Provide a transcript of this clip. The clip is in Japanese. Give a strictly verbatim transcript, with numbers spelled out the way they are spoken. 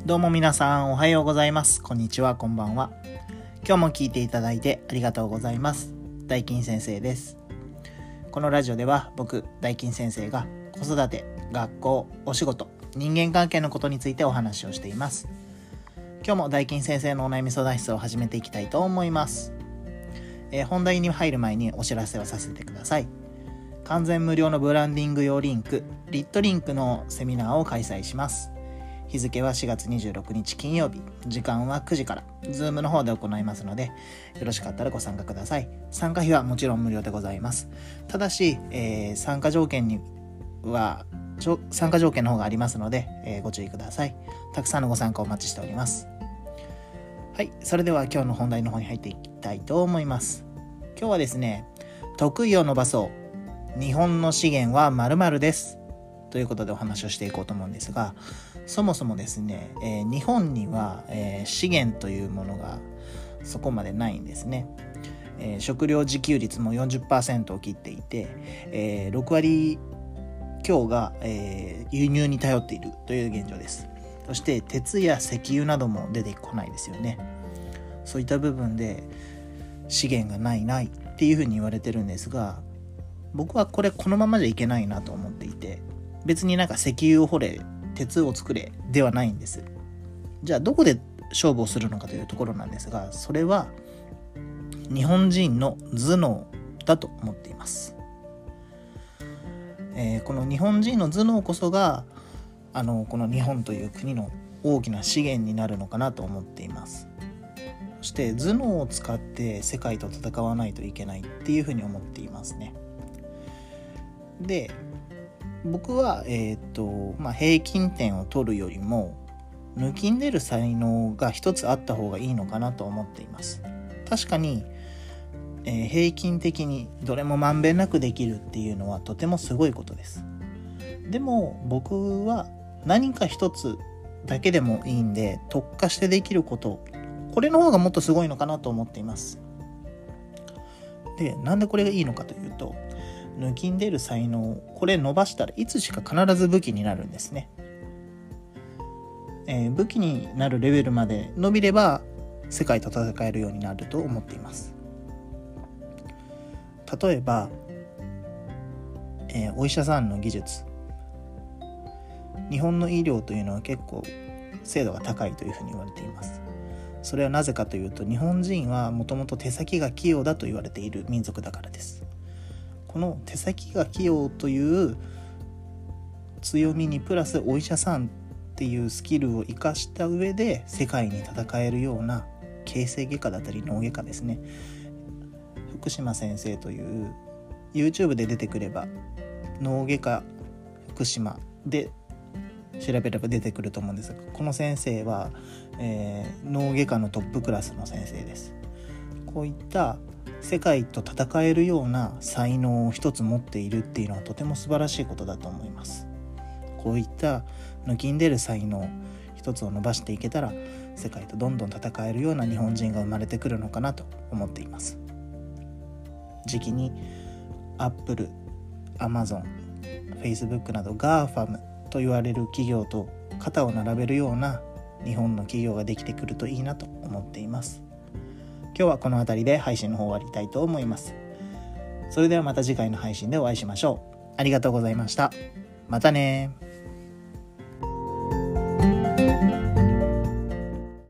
どうも皆さんおはようございます。こんにちは、こんばんは。今日も聞いていただいてありがとうございます。大金先生です。このラジオでは僕大金先生が子育て、学校、お仕事、人間関係のことについてお話をしています。今日も大金先生のお悩み相談室を始めていきたいと思います。えー、本題に入る前にお知らせをさせてください。完全無料のブランディング用リンク、リットリンクのセミナーを開催します。日付はしがつにじゅうろくにち金曜日、時間はくじから Zoom の方で行いますので、よろしかったらご参加ください。参加費はもちろん無料でございます。ただし、えー、参加条件には参加条件の方がありますので、えー、ご注意ください。たくさんのご参加お待ちしております。はい、それでは今日の本題の方に入っていきたいと思います。今日はですね、得意を伸ばそう、日本の資源は〇〇ですということでお話をしていこうと思うんですが、そもそもですね、えー、日本には、えー、資源というものがそこまでないんですね。えー、食料自給率も よんじゅっパーセント を切っていて、えー、ろくわり強が、えー、輸入に頼っているという現状です。そして鉄や石油なども出てこないですよね。そういった部分で資源がないないっていうふうに言われてるんですが、僕はこれこのままじゃいけないなと思っていて、別になんか石油を掘れ、鉄を作れではないんです。じゃあどこで勝負をするのかというところなんですが、それは日本人の頭脳だと思っています。えー、この日本人の頭脳こそがあのこの日本という国の大きな資源になるのかなと思っています。そして頭脳を使って世界と戦わないといけないっていうふうに思っていますね。で、僕は、えーとまあ、平均点を取るよりも抜きんでる才能が一つあった方がいいのかなと思っています。確かに、えー、平均的にどれもまんべんなくできるっていうのはとてもすごいことです。でも僕は何か一つだけでもいいんで特化してできること、これの方がもっとすごいのかなと思っています。で、なんでこれがいいのかというと、抜きんでる才能、これ伸ばしたらいつしか必ず武器になるんですね。えー、武器になるレベルまで伸びれば世界と戦えるようになると思っています。例えば、えー、お医者さんの技術、日本の医療というのは結構精度が高いというふうに言われています。それはなぜかというと、日本人はもともと手先が器用だと言われている民族だからです。この手先が器用という強みにプラスお医者さんっていうスキルを生かした上で世界に戦えるような形成外科だったり脳外科ですね、福島先生という YouTube で出てくれば脳外科福島で調べれば出てくると思うんですが、この先生は、えー、脳外科のトップクラスの先生です。こういった世界と戦えるような才能を一つ持っているっていうのはとても素晴らしいことだと思います。こういった抜きんでる才能一つを伸ばしていけたら、世界とどんどん戦えるような日本人が生まれてくるのかなと思っています。時期に Apple、Amazon、Facebook など ガーファム と言われる企業と肩を並べるような日本の企業ができてくるといいなと思っています。今日はこの辺りで配信の方を終わりたいと思います。それではまた次回の配信でお会いしましょう。ありがとうございました。またね。